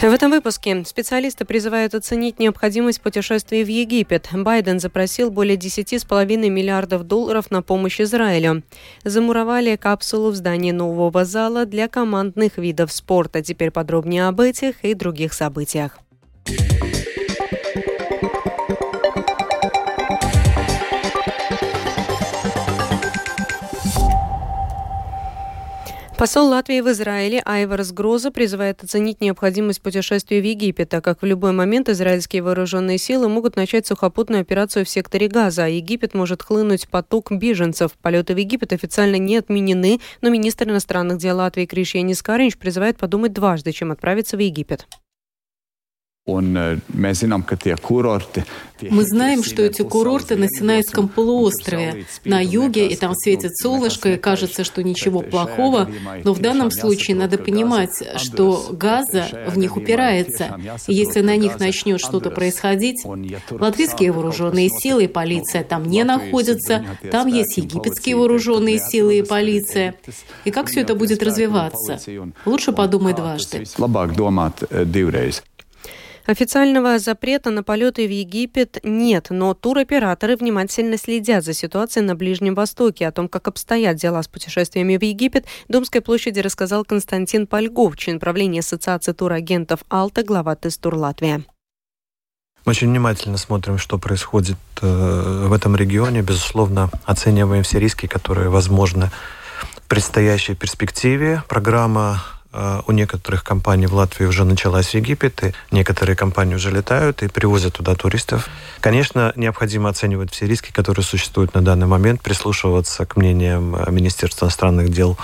В этом выпуске специалисты призывают оценить необходимость путешествий в Египет. Байден запросил более $10,5 миллиардов на помощь Израилю. Замуровали капсулу в здании нового зала для командных видов спорта. Теперь подробнее об этих и других событиях. Посол Латвии в Израиле Айварс Гроза призывает оценить необходимость путешествия в Египет, так как в любой момент израильские вооруженные силы могут начать сухопутную операцию в секторе Газа, а Египет может хлынуть поток беженцев. Полеты в Египет официально не отменены, но министр иностранных дел Латвии Кришьянис Кариньш призывает подумать дважды, чем отправиться в Египет. Мы знаем, что эти курорты на Синайском полуострове, на юге, и там светит солнышко, и кажется, что ничего плохого, но в данном случае надо понимать, что Газа в них упирается, и если на них начнет что-то происходить, латвийские вооруженные силы и полиция там не находятся, там есть египетские вооруженные силы и полиция. И как все это будет развиваться? Лучше подумать дважды. Официального запрета на полеты в Египет нет, но туроператоры внимательно следят за ситуацией на Ближнем Востоке. О том, как обстоят дела с путешествиями в Египет, в Домской площади рассказал Константин Польгов, член правления Ассоциации турагентов «Алта», глава ТЭС-Тур Латвия. Мы очень внимательно смотрим, что происходит в этом регионе. Безусловно, оцениваем все риски, которые возможны в предстоящей перспективе. Программа у некоторых компаний в Латвии уже началась в Египет, и некоторые компании уже летают и привозят туда туристов. Конечно, необходимо оценивать все риски, которые существуют на данный момент, прислушиваться к мнениям Министерства иностранных дел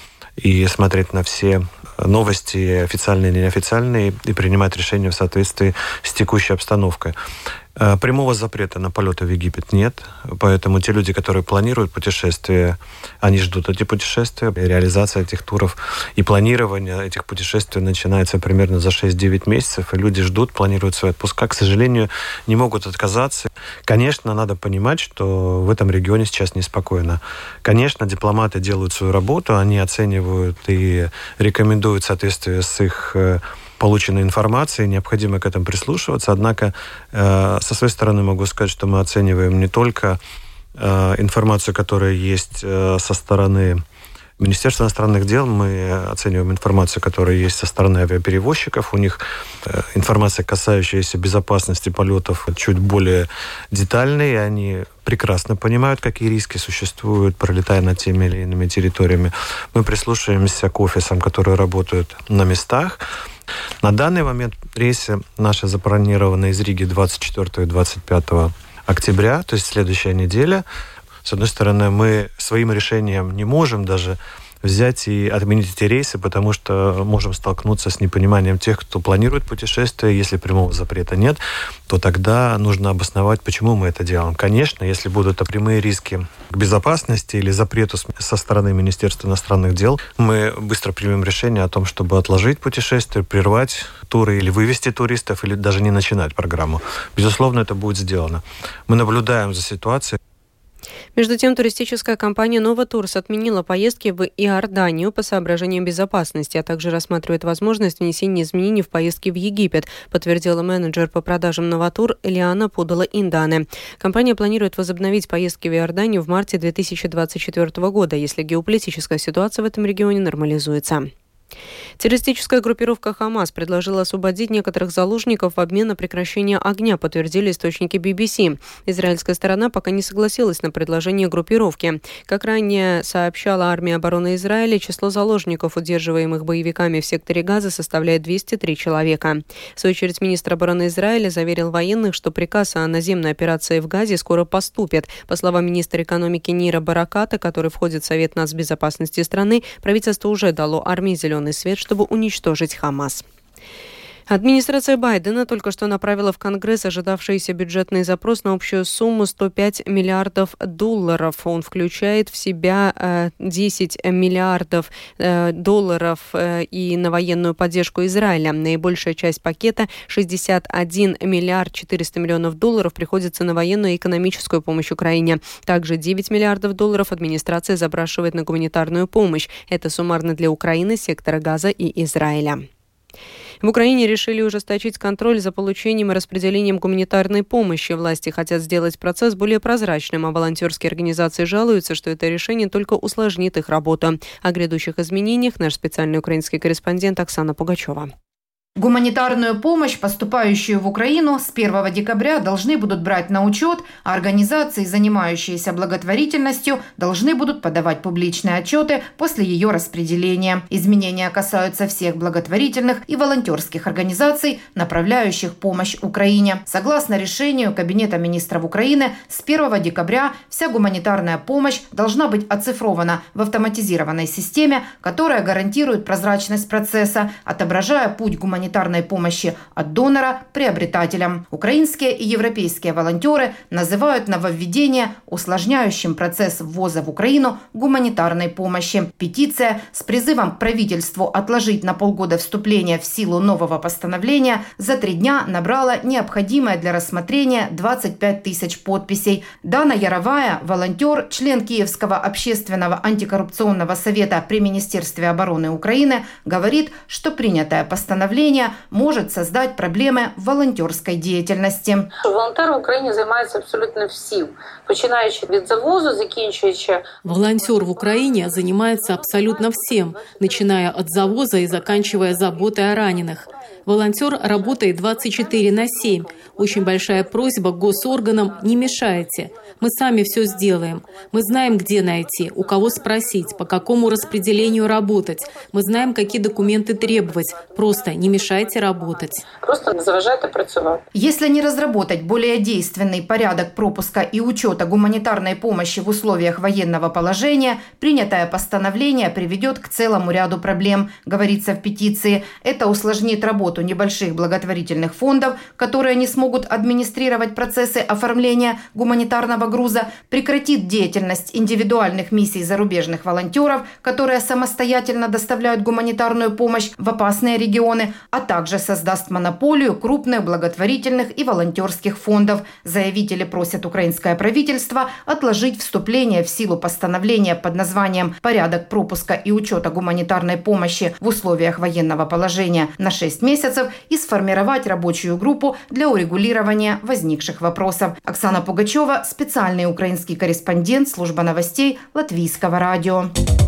и смотреть на все новости, официальные и неофициальные, и принимать решения в соответствии с текущей обстановкой. Прямого запрета на полеты в Египет нет, поэтому те люди, которые планируют путешествия, они ждут эти путешествия. Реализация этих туров и планирование этих путешествий начинается примерно за 6-9 месяцев, и люди ждут, планируют свои отпуска. К сожалению, не могут отказаться. Конечно, надо понимать, что в этом регионе сейчас неспокойно. Конечно, дипломаты делают свою работу, они оценивают и рекомендуют в соответствии с их полученной информации, необходимо к этому прислушиваться. Однако, со своей стороны могу сказать, что мы оцениваем не только информацию, которая есть со стороны Министерства иностранных дел, мы оцениваем информацию, которая есть со стороны авиаперевозчиков. У них информация, касающаяся безопасности полетов, чуть более детальная, и они прекрасно понимают, какие риски существуют, пролетая над теми или иными территориями. Мы прислушиваемся к офисам, которые работают на местах. На данный момент рейсы наши запланированы из Риги 24 и 25 октября, то есть следующая неделя. С одной стороны, мы своим решением не можем даже взять и отменить эти рейсы, потому что можем столкнуться с непониманием тех, кто планирует путешествие. Если прямого запрета нет, то тогда нужно обосновать, почему мы это делаем. Конечно, если будут прямые риски к безопасности или запрету со стороны Министерства иностранных дел, мы быстро примем решение о том, чтобы отложить путешествие, прервать туры или вывести туристов, или даже не начинать программу. Безусловно, это будет сделано. Мы наблюдаем за ситуацией. Между тем, туристическая компания «Новатурс» отменила поездки в Иорданию по соображениям безопасности, а также рассматривает возможность внесения изменений в поездки в Египет, подтвердила менеджер по продажам «Новатур» Лиана Пудала-Индане. Компания планирует возобновить поездки в Иорданию в марте 2024 года, если геополитическая ситуация в этом регионе нормализуется. Террористическая группировка «Хамас» предложила освободить некоторых заложников в обмен на прекращение огня, подтвердили источники BBC. Израильская сторона пока не согласилась на предложение группировки. Как ранее сообщала армия обороны Израиля, число заложников, удерживаемых боевиками в секторе Газа, составляет 203 человека. В свою очередь, министр обороны Израиля заверил военных, что приказ о наземной операции в Газе скоро поступит. По словам министра экономики Нира Бараката, который входит в Совет нацбезопасности страны, правительство уже дало армии зеленый свет, чтобы уничтожить Хамас. Администрация Байдена только что направила в Конгресс ожидавшийся бюджетный запрос на общую сумму $105 миллиардов. Он включает в себя 10 миллиардов долларов и на военную поддержку Израиля. Наибольшая часть пакета, 61 миллиард 400 миллионов долларов, приходится на военную и экономическую помощь Украине. Также 9 миллиардов долларов администрация запрашивает на гуманитарную помощь. Это суммарно для Украины, сектора Газа и Израиля. В Украине решили ужесточить контроль за получением и распределением гуманитарной помощи. Власти хотят сделать процесс более прозрачным, а волонтерские организации жалуются, что это решение только усложнит их работу. О грядущих изменениях наш специальный украинский корреспондент Оксана Пугачева. Гуманитарную помощь, поступающую в Украину, с 1 декабря должны будут брать на учет, а организации, занимающиеся благотворительностью, должны будут подавать публичные отчеты после ее распределения. Изменения касаются всех благотворительных и волонтерских организаций, направляющих помощь Украине. Согласно решению Кабинета министров Украины, с 1 декабря вся гуманитарная помощь должна быть оцифрована в автоматизированной системе, которая гарантирует прозрачность процесса, отображая путь гуманитарной помощи от донора приобретателям. Украинские и европейские волонтеры называют нововведение усложняющим процесс ввоза в Украину гуманитарной помощи. Петиция с призывом к правительству отложить на полгода вступление в силу нового постановления за 3 дня набрала необходимое для рассмотрения 25 тысяч подписей. Дана Яровая, волонтер, член Киевского общественного антикоррупционного совета при Министерстве обороны Украины, говорит, что принятое постановление может создать проблемы в волонтерской деятельности. Волонтери в Україні займаються абсолютно всім, починаючи від завозу, закінчуючи. Волонтер в Украине занимается абсолютно всем, начиная от завоза и заканчивая заботой о раненых. Волонтер работает 24/7. Очень большая просьба к госорганам – не мешайте. Мы сами все сделаем. Мы знаем, где найти, у кого спросить, по какому распределению работать. Мы знаем, какие документы требовать. Просто не мешайте работать. Просто не заважайте працювати. Если не разработать более действенный порядок пропуска и учета гуманитарной помощи в условиях военного положения, принятое постановление приведет к целому ряду проблем, говорится в петиции. Это усложнит работу небольших благотворительных фондов, которые не смогут администрировать процессы оформления гуманитарного груза, прекратит деятельность индивидуальных миссий зарубежных волонтеров, которые самостоятельно доставляют гуманитарную помощь в опасные регионы, а также создаст монополию крупных благотворительных и волонтерских фондов. Заявители просят украинское правительство отложить вступление в силу постановления под названием «Порядок пропуска и учета гуманитарной помощи в условиях военного положения» на 6 месяцев и сформировать рабочую группу для урегулирования возникших вопросов. Оксана Пугачева, специальный украинский корреспондент, служба новостей Латвийского радио.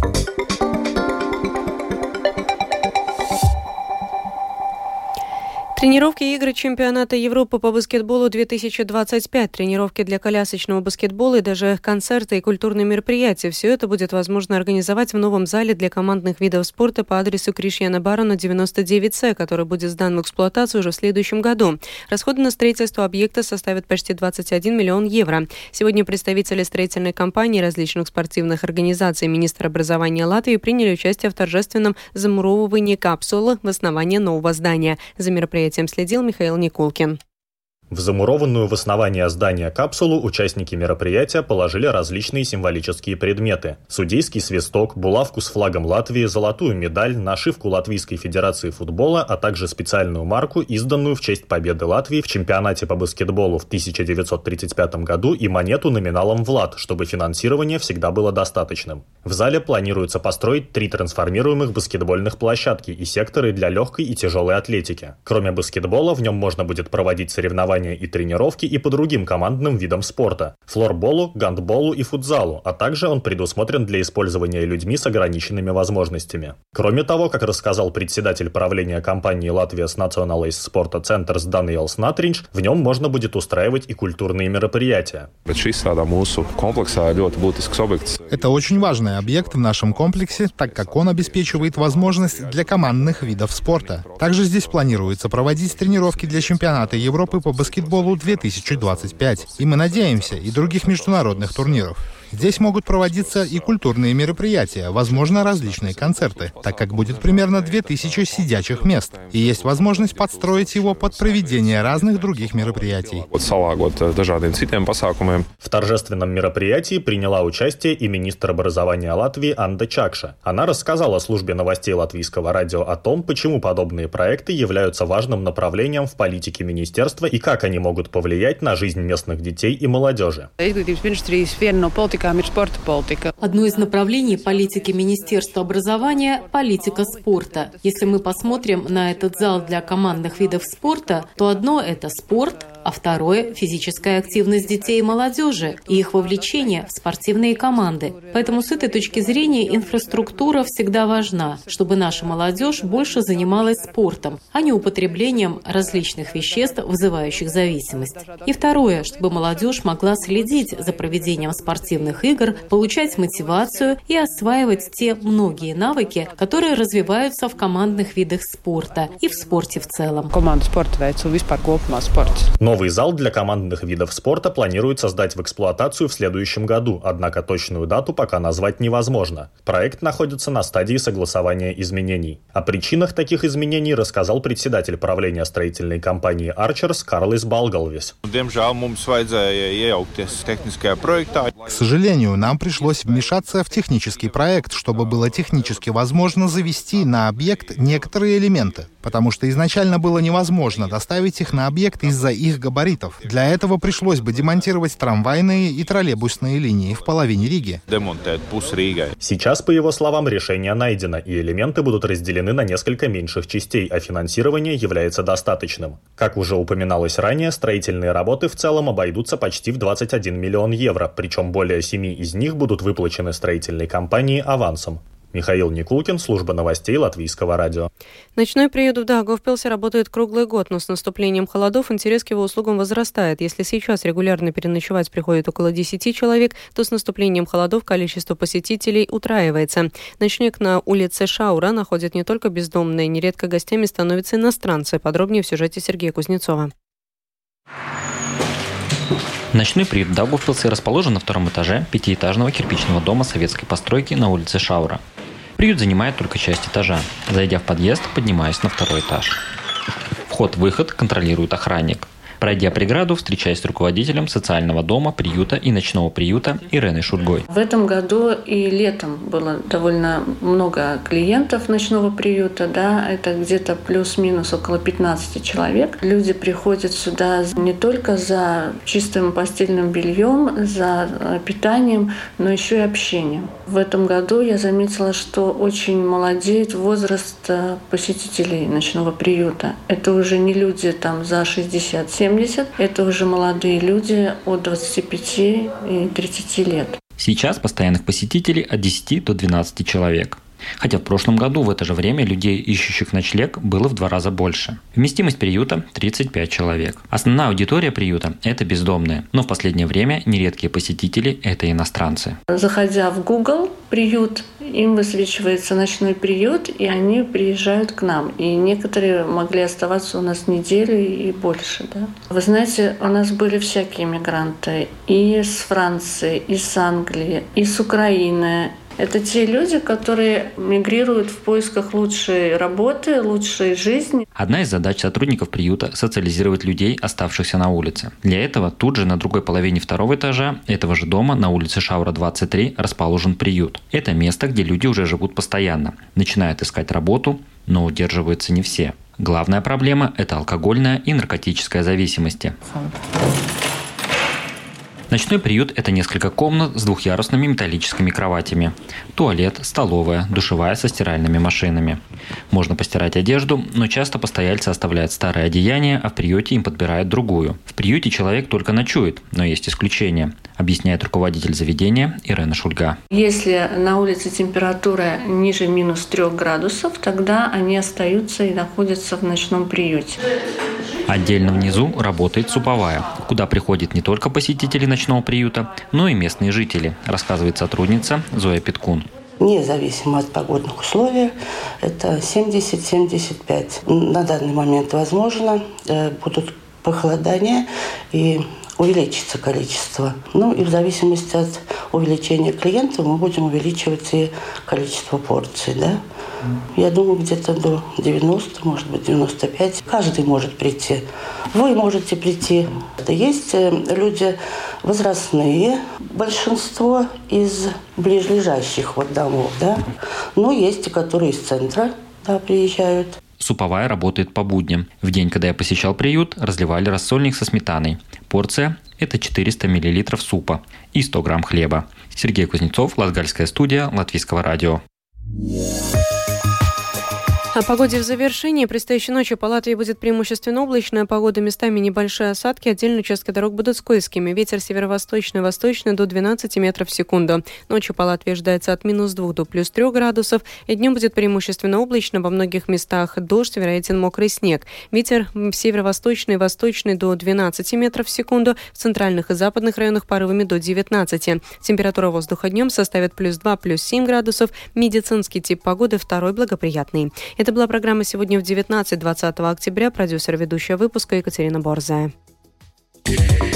Тренировки и игры чемпионата Европы по баскетболу 2025, тренировки для колясочного баскетбола и даже концерты и культурные мероприятия. Все это будет возможно организовать в новом зале для командных видов спорта по адресу Кришьяна Барона, 99С, который будет сдан в эксплуатацию уже в следующем году. Расходы на строительство объекта составят почти 21 миллион евро. Сегодня представители строительной компании, различных спортивных организаций и министр образования Латвии приняли участие в торжественном замуровывании капсулы в основании нового здания. За мероприятием следил Михаил Никулкин. В замурованную в основание здания капсулу участники мероприятия положили различные символические предметы. Судейский свисток, булавку с флагом Латвии, золотую медаль, нашивку Латвийской Федерации футбола, а также специальную марку, изданную в честь победы Латвии в чемпионате по баскетболу в 1935 году, и монету номиналом в лат, чтобы финансирование всегда было достаточным. В зале планируется построить 3 трансформируемых баскетбольных площадки и секторы для легкой и тяжелой атлетики. Кроме баскетбола, в нем можно будет проводить соревнования и тренировки и по другим командным видам спорта – флорболу, гандболу и футзалу, а также он предусмотрен для использования людьми с ограниченными возможностями. Кроме того, как рассказал председатель правления компании «Латвияс Националais Sporta Centers» Даниэлс Натринч, в нем можно будет устраивать и культурные мероприятия. Это очень важный объект в нашем комплексе, так как он обеспечивает возможность для командных видов спорта. Также здесь планируется проводить тренировки для чемпионата Европы по баскетболу 2025. И мы надеемся, и других международных турниров. Здесь могут проводиться и культурные мероприятия, возможно, различные концерты, так как будет примерно 2000 сидячих мест. И есть возможность подстроить его под проведение разных других мероприятий. В торжественном мероприятии приняла участие и министр образования Латвии Анда Чакша. Она рассказала службе новостей Латвийского радио о том, почему подобные проекты являются важным направлением в политике министерства и как они могут повлиять на жизнь местных детей и молодежи. Одно из направлений политики Министерства образования – политика спорта. Если мы посмотрим на этот зал для командных видов спорта, то одно – это спорт, а второе – физическая активность детей и молодежи и их вовлечение в спортивные команды. Поэтому с этой точки зрения инфраструктура всегда важна, чтобы наша молодежь больше занималась спортом, а не употреблением различных веществ, вызывающих зависимость. И второе, чтобы молодежь могла следить за проведением спортивных игр, получать мотивацию и осваивать те многие навыки, которые развиваются в командных видах спорта и в спорте в целом. Новый зал для командных видов спорта планируют создать в эксплуатацию в следующем году, однако точную дату пока назвать невозможно. Проект находится на стадии согласования изменений. О причинах таких изменений рассказал председатель правления строительной компании Archers Карлис Балгалвис. К сожалению, нам пришлось вмешаться в технический проект, чтобы было технически возможно завести на объект некоторые элементы, потому что изначально было невозможно доставить их на объект из-за их габаритов. Для этого пришлось бы демонтировать трамвайные и троллейбусные линии в половине Риги. Сейчас, по его словам, решение найдено, и элементы будут разделены на несколько меньших частей, а финансирование является достаточным. Как уже упоминалось ранее, строительные работы в целом обойдутся почти в 21 миллион евро, причем более 7 из них будут выплачены строительной компании авансом. Михаил Никулкин, служба новостей Латвийского радио. Ночной приют в Даугавпилсе работает круглый год, но с наступлением холодов интерес к его услугам возрастает. Если сейчас регулярно переночевать приходит около 10 человек, то с наступлением холодов количество посетителей утраивается. Ночлег на улице Шаура находят не только бездомные, нередко гостями становятся иностранцы. Подробнее в сюжете Сергея Кузнецова. Ночной приют в Даугавпилсе расположен на втором этаже пятиэтажного кирпичного дома советской постройки на улице Шаура. Приют занимает только часть этажа. Зайдя в подъезд, поднимаюсь на второй этаж. Вход-выход контролирует охранник. Пройдя преграду, встречаясь с руководителем социального дома, приюта и ночного приюта Иреной Шульгой. В этом году и летом было довольно много клиентов ночного приюта. Да, это где-то плюс-минус около 15 человек. Люди приходят сюда не только за чистым постельным бельем, за питанием, но еще и общением. В этом году я заметила, что очень молодеет возраст посетителей ночного приюта. Это уже не люди там за 60-70, это уже молодые люди от 25 и 30 лет. Сейчас постоянных посетителей от 10 до 12 человек. Хотя в прошлом году в это же время людей, ищущих ночлег, было в 2 раза больше. Вместимость приюта – 35 человек. Основная аудитория приюта – это бездомные, но в последнее время нередкие посетители – это иностранцы. Заходя в Google приют, им высвечивается ночной приют, и они приезжают к нам. И некоторые могли оставаться у нас неделю и больше. Да? Вы знаете, у нас были всякие мигранты и с Франции, и с Англии, и с Украины. Это те люди, которые мигрируют в поисках лучшей работы, лучшей жизни. Одна из задач сотрудников приюта – социализировать людей, оставшихся на улице. Для этого тут же на другой половине второго этажа этого же дома на улице Шаура 23 расположен приют. Это место, где люди уже живут постоянно, начинают искать работу, но удерживаются не все. Главная проблема – это алкогольная и наркотическая зависимости. Ночной приют – это несколько комнат с двухъярусными металлическими кроватями. Туалет, столовая, душевая со стиральными машинами. Можно постирать одежду, но часто постояльцы оставляют старое одеяние, а в приюте им подбирают другую. В приюте человек только ночует, но есть исключения, объясняет руководитель заведения Ирена Шульга. Если на улице температура ниже минус 3 градусов, тогда они остаются и находятся в ночном приюте. Отдельно внизу работает суповая, куда приходят не только посетители ночного приюта, но и местные жители, рассказывает сотрудница Зоя Питкун. Независимо от погодных условий, это 70-75. На данный момент, возможно, будут похолодания и увеличится количество. Ну и в зависимости от увеличения клиентов мы будем увеличивать и количество порций, да? Я думаю, где-то до 90, может быть, 95. Каждый может прийти. Вы можете прийти. Есть люди возрастные, большинство из ближайших домов, да? Но есть и которые из центра, да, приезжают. Суповая работает по будням. В день, когда я посещал приют, разливали рассольник со сметаной. Порция Это 400 мл супа и 100 грамм хлеба. Сергей Кузнецов, Латгальская студия, Латвийского радио. О погоде в завершении. Предстоящей ночью по Латвии будет преимущественно облачная погода, местами небольшие осадки, отдельные участки дорог будут скользкими. Ветер северо-восточный, восточный до 12 метров в секунду. Ночью по Латвии ожидается от -2 до +3 градусов. И днем будет преимущественно облачно, во многих местах дождь, вероятен мокрый снег. Ветер северо-восточный, восточный до 12 метров в секунду, в центральных и западных районах порывами до 19. Температура воздуха днем составит +2, +7 градусов. Медицинский тип погоды второй благоприятный. Это была программа «Сегодня в 19-20 октября». Продюсер, ведущая выпуска Екатерина Борзая.